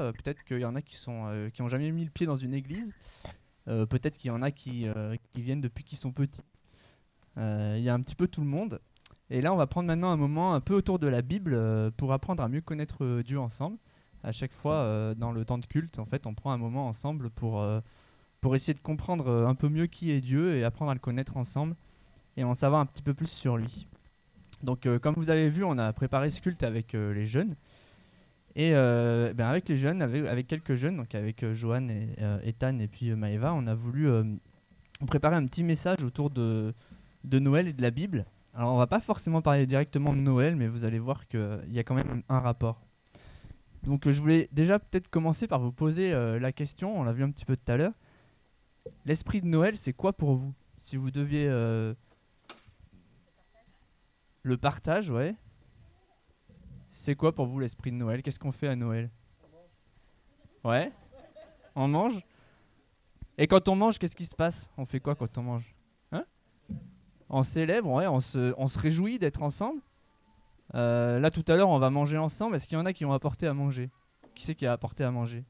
Peut-être qu'il y en a qui ont jamais mis le pied dans une église. Peut-être qu'il y en a qui viennent depuis qu'ils sont petits. Il y a un petit peu tout le monde. Et là, on va prendre maintenant un moment un peu autour de la Bible pour apprendre à mieux connaître Dieu ensemble. À chaque fois, dans le temps de culte, en fait, on prend un moment ensemble pour essayer de comprendre un peu mieux qui est Dieu et apprendre à le connaître ensemble et en savoir un petit peu plus sur lui. Donc, comme vous avez vu, on a préparé ce culte avec les jeunes. Et avec les jeunes, avec quelques jeunes, donc avec Johan et Ethan et puis Maëva, on a voulu préparer un petit message autour de Noël et de la Bible. Alors on va pas forcément parler directement de Noël, mais vous allez voir qu'il y a quand même un rapport. Donc je voulais déjà peut-être commencer par vous poser la question, on l'a vu un petit peu tout à l'heure. L'esprit de Noël, c'est quoi pour vous? Si vous deviez... le partage, ouais. C'est quoi pour vous l'esprit de Noël? Qu'est-ce qu'on fait à Noël? Ouais. On mange? Et quand on mange, qu'est-ce qui se passe? On fait quoi quand on mange? Hein? On célèbre, ouais, on se réjouit d'être ensemble. Là tout à l'heure on va manger ensemble. Est-ce qu'il y en a qui ont apporté à manger? Qui c'est qui a apporté à manger?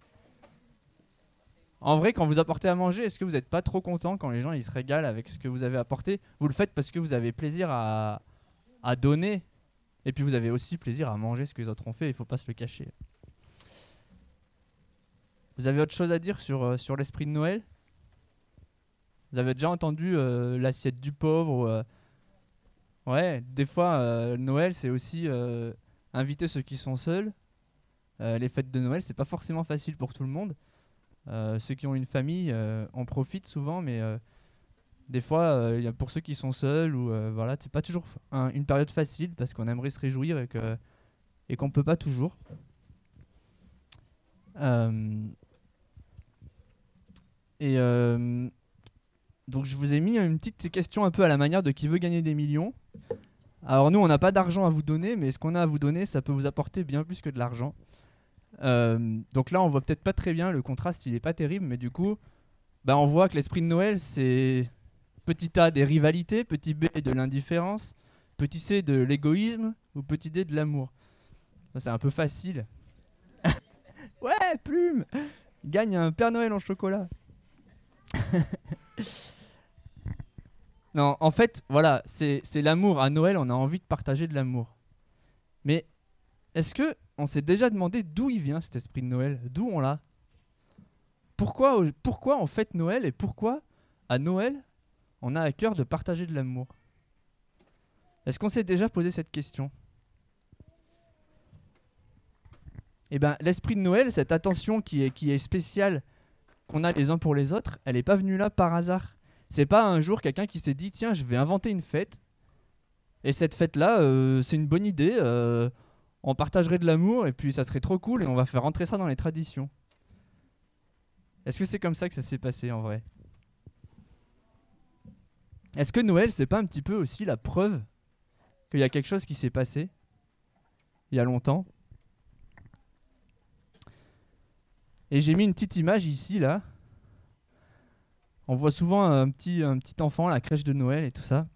En vrai, quand vous apportez à manger, est-ce que vous n'êtes pas trop content quand les gens ils se régalent avec ce que vous avez apporté? Vous le faites parce que vous avez plaisir à donner. Et puis vous avez aussi plaisir à manger ce que les autres ont fait, il faut pas se le cacher. Vous avez autre chose à dire sur l'esprit de Noël? Vous avez déjà entendu l'assiette du pauvre Ouais, des fois, Noël, c'est aussi inviter ceux qui sont seuls. Les fêtes de Noël, c'est pas forcément facile pour tout le monde. Ceux qui ont une famille en profitent souvent, mais des fois, pour ceux qui sont seuls, ou voilà, c'est pas toujours une période facile parce qu'on aimerait se réjouir et qu'on peut pas toujours. Euh, et donc, je vous ai mis une petite question un peu à la manière de qui veut gagner des millions. Alors nous, on n'a pas d'argent à vous donner, mais ce qu'on a à vous donner, ça peut vous apporter bien plus que de l'argent. Donc là, on voit peut-être pas très bien, le contraste, il est pas terrible, mais du coup, on voit que l'esprit de Noël, c'est petit A des rivalités, petit B de l'indifférence, petit C de l'égoïsme, ou petit D de l'amour. Ça, c'est un peu facile. Ouais, plume! Gagne un Père Noël en chocolat. Non, en fait, voilà, c'est l'amour. À Noël, on a envie de partager de l'amour. Mais est-ce que on s'est déjà demandé d'où il vient cet esprit de Noël? D'où on l'a? Pourquoi on fête Noël et pourquoi à Noël on a à cœur de partager de l'amour? Est-ce qu'on s'est déjà posé cette question? Eh bien, l'esprit de Noël, cette attention qui est spéciale qu'on a les uns pour les autres, elle n'est pas venue là par hasard. C'est pas un jour quelqu'un qui s'est dit tiens, je vais inventer une fête et cette fête-là, c'est une bonne idée. On partagerait de l'amour et puis ça serait trop cool et on va faire rentrer ça dans les traditions. Est-ce que c'est comme ça que ça s'est passé en vrai? Est-ce que Noël, c'est pas un petit peu aussi la preuve qu'il y a quelque chose qui s'est passé il y a longtemps? Et j'ai mis une petite image ici, là. On voit souvent un petit enfant à la crèche de Noël et tout ça.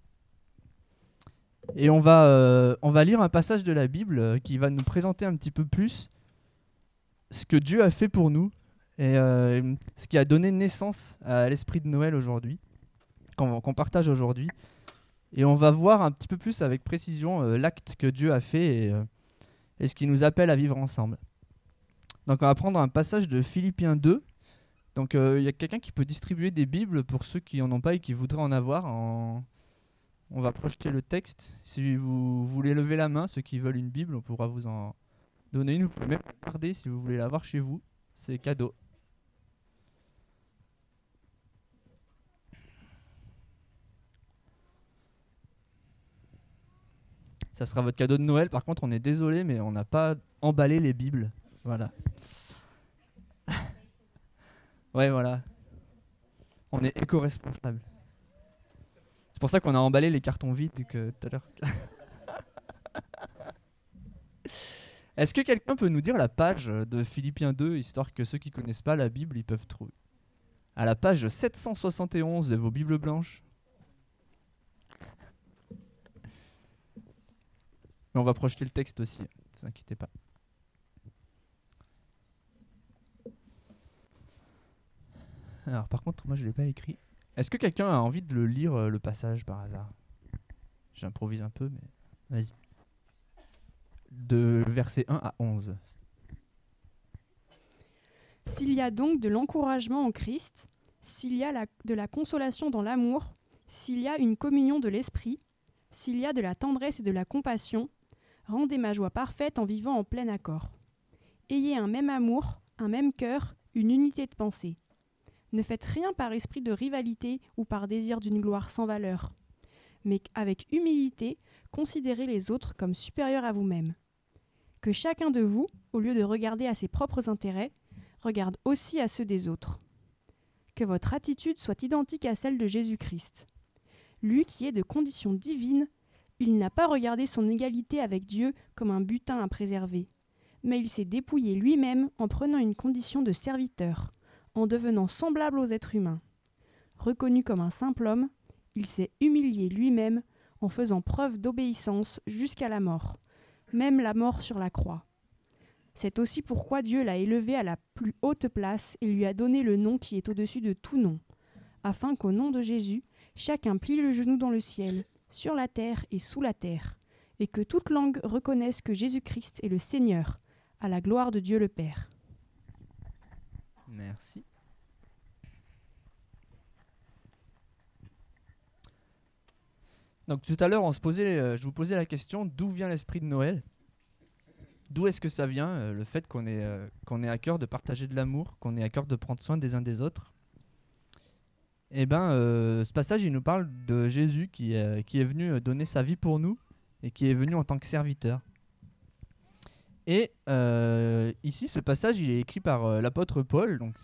Et on va lire un passage de la Bible qui va nous présenter un petit peu plus ce que Dieu a fait pour nous et ce qui a donné naissance à l'esprit de Noël aujourd'hui, qu'on partage aujourd'hui. Et on va voir un petit peu plus avec précision l'acte que Dieu a fait et ce qui nous appelle à vivre ensemble. Donc on va prendre un passage de Philippiens 2. Donc il y a quelqu'un qui peut distribuer des Bibles pour ceux qui en ont pas et qui voudraient en avoir. On va projeter le texte. Si vous voulez lever la main, ceux qui veulent une Bible, on pourra vous en donner une. Vous pouvez même la garder si vous voulez l'avoir chez vous. C'est cadeau. Ça sera votre cadeau de Noël. Par contre, on est désolé, mais on n'a pas emballé les Bibles. Voilà. Ouais, voilà. On est éco-responsable. C'est pour ça qu'on a emballé les cartons vides que tout à l'heure. Est-ce que quelqu'un peut nous dire la page de Philippiens 2, histoire que ceux qui connaissent pas la Bible, ils peuvent trouver? À la page 771 de vos Bibles blanches. Mais on va projeter le texte aussi, ne vous inquiétez pas. Alors par contre, moi je l'ai pas écrit. Est-ce que quelqu'un a envie de le lire le passage par hasard? J'improvise un peu, mais vas-y. De versets 1 à 11. S'il y a donc de l'encouragement en Christ, s'il y a de la consolation dans l'amour, s'il y a une communion de l'esprit, s'il y a de la tendresse et de la compassion, rendez ma joie parfaite en vivant en plein accord. Ayez un même amour, un même cœur, une unité de pensée. Ne faites rien par esprit de rivalité ou par désir d'une gloire sans valeur, mais avec humilité, considérez les autres comme supérieurs à vous-même. Que chacun de vous, au lieu de regarder à ses propres intérêts, regarde aussi à ceux des autres. Que votre attitude soit identique à celle de Jésus-Christ. Lui qui est de condition divine, il n'a pas regardé son égalité avec Dieu comme un butin à préserver, mais il s'est dépouillé lui-même en prenant une condition de serviteur, en devenant semblable aux êtres humains. Reconnu comme un simple homme, il s'est humilié lui-même en faisant preuve d'obéissance jusqu'à la mort, même la mort sur la croix. C'est aussi pourquoi Dieu l'a élevé à la plus haute place et lui a donné le nom qui est au-dessus de tout nom, afin qu'au nom de Jésus, chacun plie le genou dans le ciel, sur la terre et sous la terre, et que toute langue reconnaisse que Jésus-Christ est le Seigneur, à la gloire de Dieu le Père. Merci. Donc tout à l'heure, je vous posais la question, d'où vient l'esprit de Noël? D'où est-ce que ça vient, le fait qu'on ait à cœur de partager de l'amour, qu'on ait à cœur de prendre soin des uns des autres? Eh bien, ce passage, il nous parle de Jésus qui est venu donner sa vie pour nous et qui est venu en tant que serviteur. Et ici, ce passage, il est écrit par l'apôtre Paul. Donc,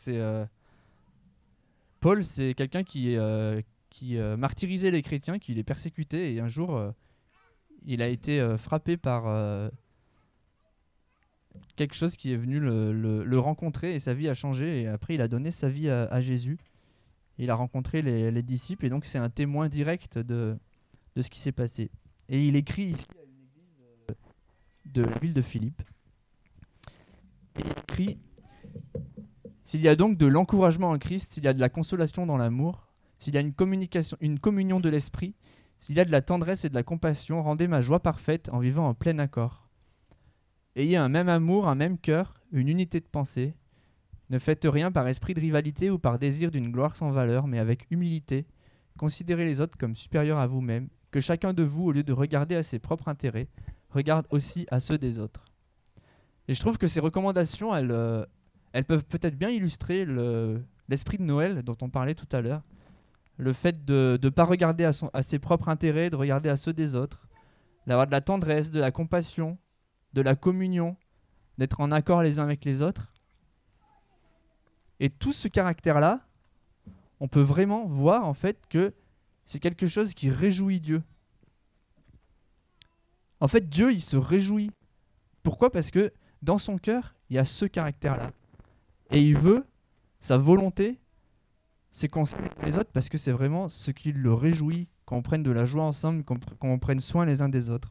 Paul, c'est quelqu'un qui martyrisait les chrétiens, qui les persécutait. Et un jour, il a été frappé par quelque chose qui est venu le rencontrer et sa vie a changé. Et après, il a donné sa vie à Jésus. Il a rencontré les disciples et donc c'est un témoin direct de ce qui s'est passé. Et il écrit ici à une église de la ville de Philippe. Et il écrit: s'il y a donc de l'encouragement en Christ, s'il y a de la consolation dans l'amour, s'il y a une communion de l'esprit, s'il y a de la tendresse et de la compassion, rendez ma joie parfaite en vivant en plein accord. Ayez un même amour, un même cœur, une unité de pensée. Ne faites rien par esprit de rivalité ou par désir d'une gloire sans valeur, mais avec humilité. Considérez les autres comme supérieurs à vous-même. Que chacun de vous, au lieu de regarder à ses propres intérêts, regarde aussi à ceux des autres. Et je trouve que ces recommandations, elles peuvent peut-être bien illustrer l'esprit de Noël dont on parlait tout à l'heure. Le fait de ne pas regarder à ses propres intérêts, de regarder à ceux des autres, d'avoir de la tendresse, de la compassion, de la communion, d'être en accord les uns avec les autres. Et tout ce caractère-là, on peut vraiment voir en fait que c'est quelque chose qui réjouit Dieu. En fait, Dieu, il se réjouit. Pourquoi ? Parce que dans son cœur, il y a ce caractère-là. Et il veut, sa volonté, c'est qu'on s'aime les autres parce que c'est vraiment ce qui le réjouit, qu'on prenne de la joie ensemble, qu'on prenne soin les uns des autres.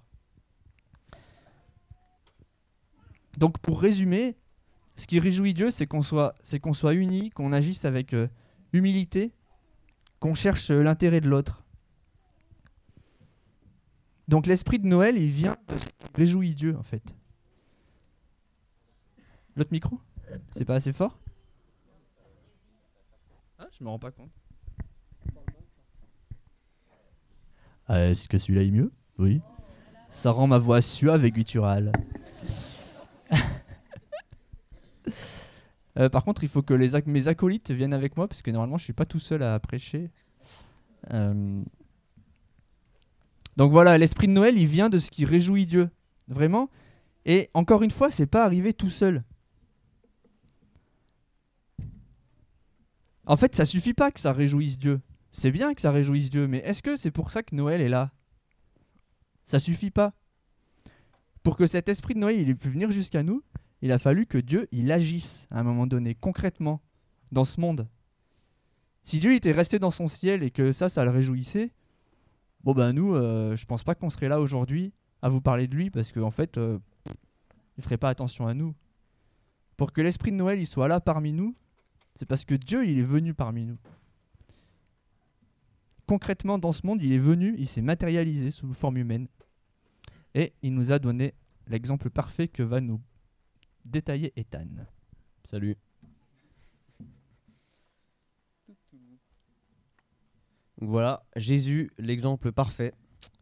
Donc pour résumer, ce qui réjouit Dieu, c'est qu'on soit unis, qu'on agisse avec humilité, qu'on cherche l'intérêt de l'autre. Donc l'esprit de Noël, il vient de ce qui réjouit Dieu, en fait. L'autre micro ? C'est pas assez fort ? Ah, je me rends pas compte. Est-ce que celui-là est mieux ? Oui. Ça rend ma voix suave et gutturale. Par contre, il faut que mes acolytes viennent avec moi parce que normalement, je suis pas tout seul à prêcher. Donc voilà, l'esprit de Noël, il vient de ce qui réjouit Dieu, vraiment. Et encore une fois, c'est pas arrivé tout seul. En fait, ça suffit pas que ça réjouisse Dieu. C'est bien que ça réjouisse Dieu, mais est-ce que c'est pour ça que Noël est là ? Ça suffit pas. Pour que cet esprit de Noël il ait pu venir jusqu'à nous, il a fallu que Dieu il agisse à un moment donné, concrètement, dans ce monde. Si Dieu était resté dans son ciel et que ça le réjouissait, bon ben nous, je pense pas qu'on serait là aujourd'hui à vous parler de lui parce qu'en fait, il ferait pas attention à nous. Pour que l'esprit de Noël il soit là parmi nous, C'est parce que Dieu, il est venu parmi nous. Concrètement, dans ce monde, il est venu, il s'est matérialisé sous forme humaine. Et il nous a donné l'exemple parfait que va nous détailler Ethan. Salut. Donc voilà, Jésus, l'exemple parfait.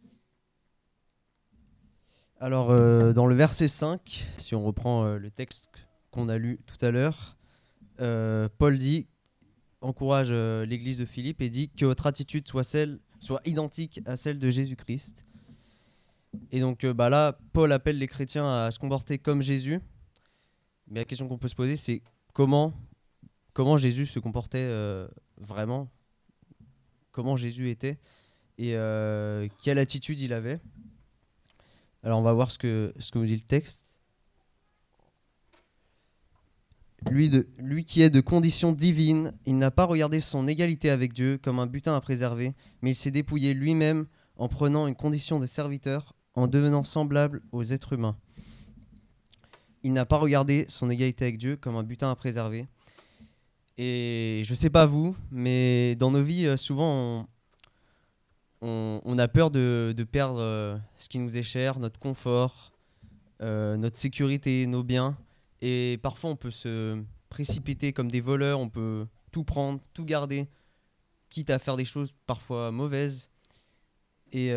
Alors, dans le verset 5, si on reprend le texte qu'on a lu tout à l'heure, Paul encourage l'église de Philippe et dit que votre attitude soit identique à celle de Jésus-Christ. Et donc là, Paul appelle les chrétiens à se comporter comme Jésus. Mais la question qu'on peut se poser, c'est comment Jésus se comportait vraiment, comment Jésus était et quelle attitude il avait. Alors on va voir ce que nous dit le texte. Lui qui est de condition divine, il n'a pas regardé son égalité avec Dieu comme un butin à préserver, mais il s'est dépouillé lui-même en prenant une condition de serviteur, en devenant semblable aux êtres humains. Il n'a pas regardé son égalité avec Dieu comme un butin à préserver. Et je sais pas vous, mais dans nos vies, souvent on a peur de perdre ce qui nous est cher, notre confort, notre sécurité, nos biens. Et parfois on peut se précipiter comme des voleurs, on peut tout prendre, tout garder, quitte à faire des choses parfois mauvaises. Et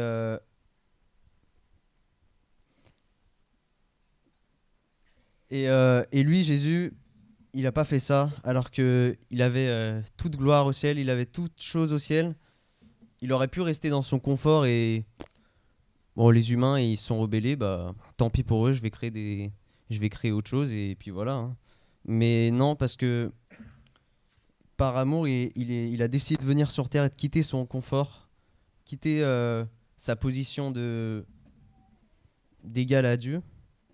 lui, Jésus, il n'a pas fait ça, alors qu'il avait toute gloire au ciel, il avait toute chose au ciel. Il aurait pu rester dans son confort et... Bon, les humains, ils se sont rebellés, bah tant pis pour eux, je vais créer autre chose et puis voilà. Hein. Mais non, parce que par amour, il a décidé de venir sur Terre et de quitter son confort, quitter sa position d'égal à Dieu.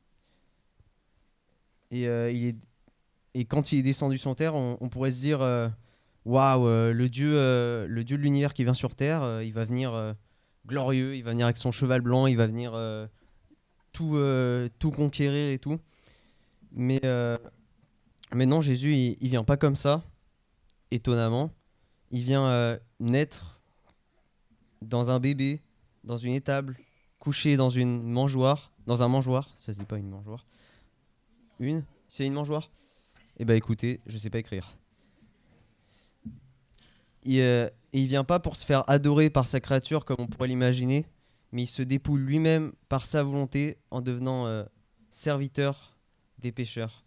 Et quand il est descendu sur Terre, on pourrait se dire waouh, le Dieu de l'univers qui vient sur Terre, il va venir glorieux, il va venir avec son cheval blanc, il va venir tout conquérir et tout. Mais non, Jésus, il vient pas comme ça, étonnamment. Il vient naître dans un bébé, dans une étable, couché dans un mangeoire, ça se dit pas une mangeoire. C'est une mangeoire. Eh ben écoutez, je sais pas écrire. Et il vient pas pour se faire adorer par sa créature comme on pourrait l'imaginer, mais il se dépouille lui-même par sa volonté en devenant serviteur des pécheurs.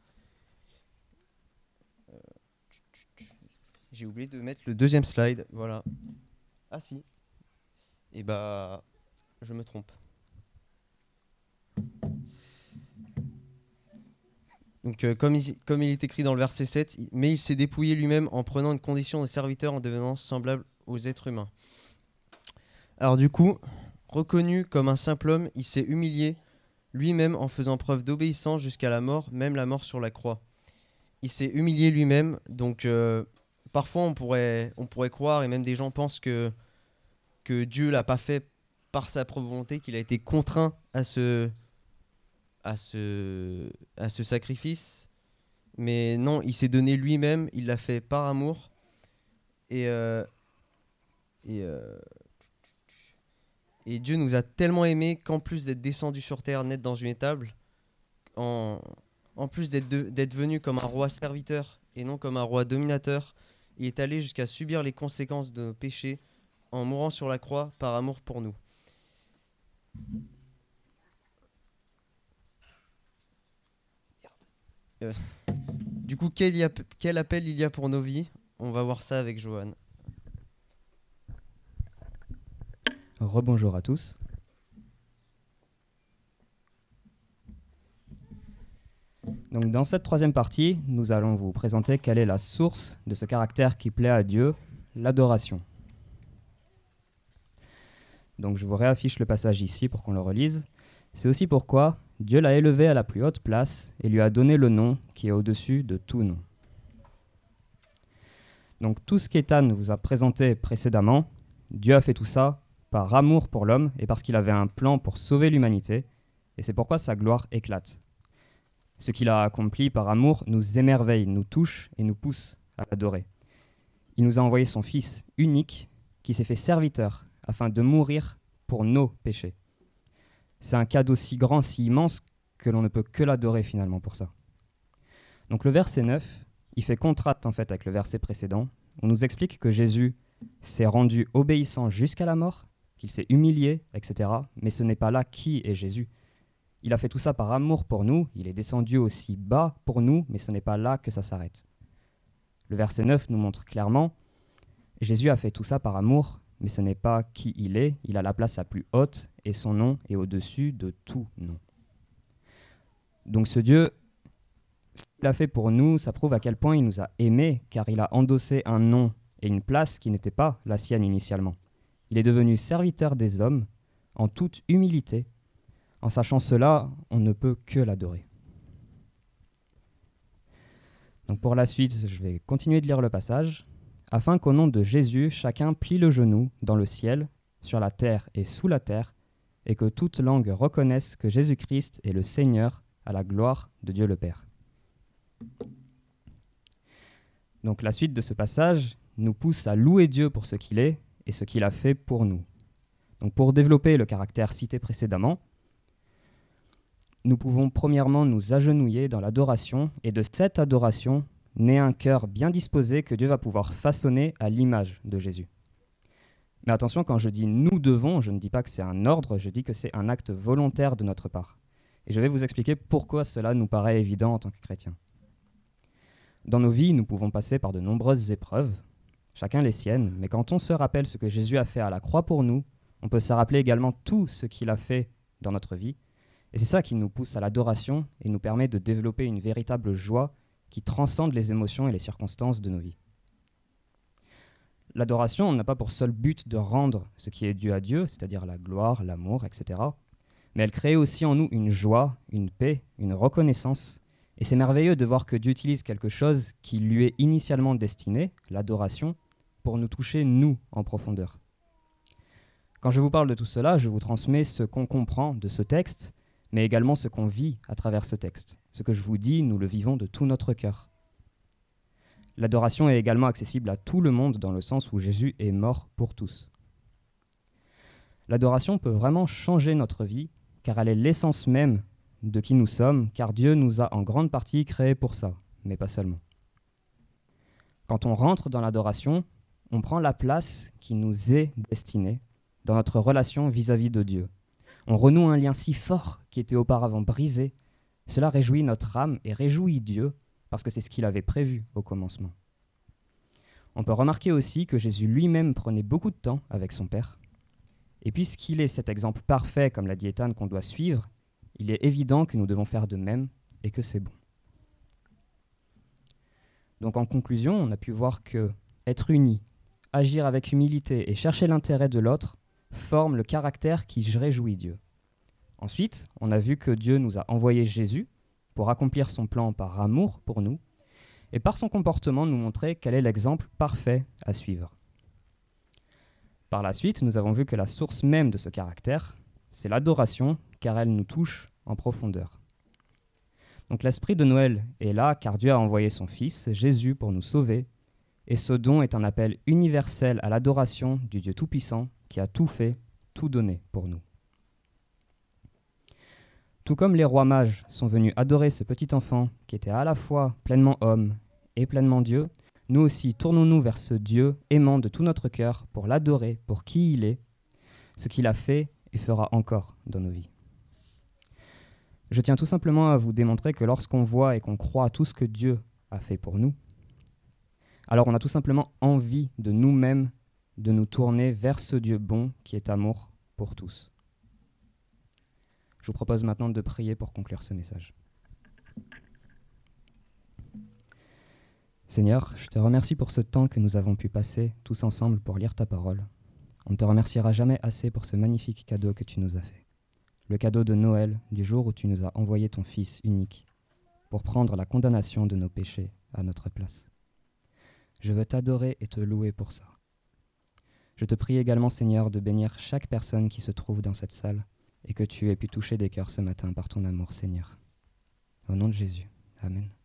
J'ai oublié de mettre le deuxième slide, voilà. Ah si. Et bah, je me trompe. Donc comme il est écrit dans le verset 7, mais il s'est dépouillé lui-même en prenant une condition de serviteur en devenant semblable aux êtres humains. Alors du coup, reconnu comme un simple homme, il s'est humilié lui-même en faisant preuve d'obéissance jusqu'à la mort, même la mort sur la croix. Il s'est humilié lui-même, donc parfois on pourrait croire, et même des gens pensent que Dieu l'a pas fait par sa propre volonté, qu'il a été contraint à ce sacrifice, mais non, il s'est donné lui-même, il l'a fait par amour, et Dieu nous a tellement aimés qu'en plus d'être descendu sur terre, naître dans une étable, en plus d'être venu comme un roi serviteur et non comme un roi dominateur, il est allé jusqu'à subir les conséquences de nos péchés en mourant sur la croix par amour pour nous. Du coup, quel appel il y a pour nos vies ? On va voir ça avec Johan. Rebonjour à tous. Donc dans cette troisième partie, nous allons vous présenter quelle est la source de ce caractère qui plaît à Dieu, l'adoration. Donc je vous réaffiche le passage ici pour qu'on le relise. C'est aussi pourquoi Dieu l'a élevé à la plus haute place et lui a donné le nom qui est au-dessus de tout nom. Donc tout ce qu'Ethan vous a présenté précédemment, Dieu a fait tout ça par amour pour l'homme et parce qu'il avait un plan pour sauver l'humanité, et c'est pourquoi sa gloire éclate. Ce qu'il a accompli par amour nous émerveille, nous touche et nous pousse à l'adorer. Il nous a envoyé son Fils unique qui s'est fait serviteur afin de mourir pour nos péchés. C'est un cadeau si grand, si immense que l'on ne peut que l'adorer finalement pour ça. Donc le verset 9, il fait contraste en fait avec le verset précédent. On nous explique que Jésus s'est rendu obéissant jusqu'à la mort, qu'il s'est humilié, etc. Mais ce n'est pas là qui est Jésus. Il a fait tout ça par amour pour nous, il est descendu aussi bas pour nous, mais ce n'est pas là que ça s'arrête. Le verset 9 nous montre clairement, Jésus a fait tout ça par amour, mais ce n'est pas qui il a la place la plus haute, et son nom est au-dessus de tout nom. Donc ce Dieu, ce qu'il a fait pour nous, ça prouve à quel point il nous a aimés, car il a endossé un nom et une place qui n'était pas la sienne initialement. Il est devenu serviteur des hommes, en toute humilité. En sachant cela, on ne peut que l'adorer. Donc pour la suite, je vais continuer de lire le passage. Afin qu'au nom de Jésus, chacun plie le genou dans le ciel, sur la terre et sous la terre, et que toute langue reconnaisse que Jésus-Christ est le Seigneur à la gloire de Dieu le Père. Donc la suite de ce passage nous pousse à louer Dieu pour ce qu'il est et ce qu'il a fait pour nous. Donc pour développer le caractère cité précédemment, nous pouvons premièrement nous agenouiller dans l'adoration et de cette adoration naît un cœur bien disposé que Dieu va pouvoir façonner à l'image de Jésus. Mais attention, quand je dis « nous devons », je ne dis pas que c'est un ordre, je dis que c'est un acte volontaire de notre part. Et je vais vous expliquer pourquoi cela nous paraît évident en tant que chrétiens. Dans nos vies, nous pouvons passer par de nombreuses épreuves, chacun les siennes, mais quand on se rappelle ce que Jésus a fait à la croix pour nous, on peut se rappeler également tout ce qu'il a fait dans notre vie. Et c'est ça qui nous pousse à l'adoration et nous permet de développer une véritable joie qui transcende les émotions et les circonstances de nos vies. L'adoration n'a pas pour seul but de rendre ce qui est dû à Dieu, c'est-à-dire la gloire, l'amour, etc. Mais elle crée aussi en nous une joie, une paix, une reconnaissance. Et c'est merveilleux de voir que Dieu utilise quelque chose qui lui est initialement destiné, l'adoration, pour nous toucher, nous, en profondeur. Quand je vous parle de tout cela, je vous transmets ce qu'on comprend de ce texte, mais également ce qu'on vit à travers ce texte. Ce que je vous dis, nous le vivons de tout notre cœur. L'adoration est également accessible à tout le monde dans le sens où Jésus est mort pour tous. L'adoration peut vraiment changer notre vie, car elle est l'essence même de qui nous sommes, car Dieu nous a en grande partie créés pour ça, mais pas seulement. Quand on rentre dans l'adoration, on prend la place qui nous est destinée dans notre relation vis-à-vis de Dieu. On renoue un lien si fort qui était auparavant brisé. Cela réjouit notre âme et réjouit Dieu parce que c'est ce qu'il avait prévu au commencement. On peut remarquer aussi que Jésus lui-même prenait beaucoup de temps avec son Père. Et puisqu'il est cet exemple parfait, comme l'a dit Ethan, qu'on doit suivre, il est évident que nous devons faire de même et que c'est bon. Donc en conclusion, on a pu voir que être unis, agir avec humilité et chercher l'intérêt de l'autre forme le caractère qui réjouit Dieu. Ensuite, on a vu que Dieu nous a envoyé Jésus pour accomplir son plan par amour pour nous et par son comportement nous montrer quel est l'exemple parfait à suivre. Par la suite, nous avons vu que la source même de ce caractère, c'est l'adoration, car elle nous touche en profondeur. Donc l'esprit de Noël est là, car Dieu a envoyé son Fils, Jésus, pour nous sauver, et ce don est un appel universel à l'adoration du Dieu Tout-Puissant qui a tout fait, tout donné pour nous. Tout comme les rois mages sont venus adorer ce petit enfant qui était à la fois pleinement homme et pleinement Dieu, nous aussi tournons-nous vers ce Dieu aimant de tout notre cœur pour l'adorer pour qui il est, ce qu'il a fait et fera encore dans nos vies. Je tiens tout simplement à vous démontrer que lorsqu'on voit et qu'on croit à tout ce que Dieu a fait pour nous, alors on a tout simplement envie de nous-mêmes de nous tourner vers ce Dieu bon qui est amour pour tous. Je vous propose maintenant de prier pour conclure ce message. Seigneur, je te remercie pour ce temps que nous avons pu passer tous ensemble pour lire ta parole. On ne te remerciera jamais assez pour ce magnifique cadeau que tu nous as fait. Le cadeau de Noël, du jour où tu nous as envoyé ton Fils unique pour prendre la condamnation de nos péchés à notre place. Je veux t'adorer et te louer pour ça. Je te prie également, Seigneur, de bénir chaque personne qui se trouve dans cette salle et que tu aies pu toucher des cœurs ce matin par ton amour, Seigneur. Au nom de Jésus. Amen.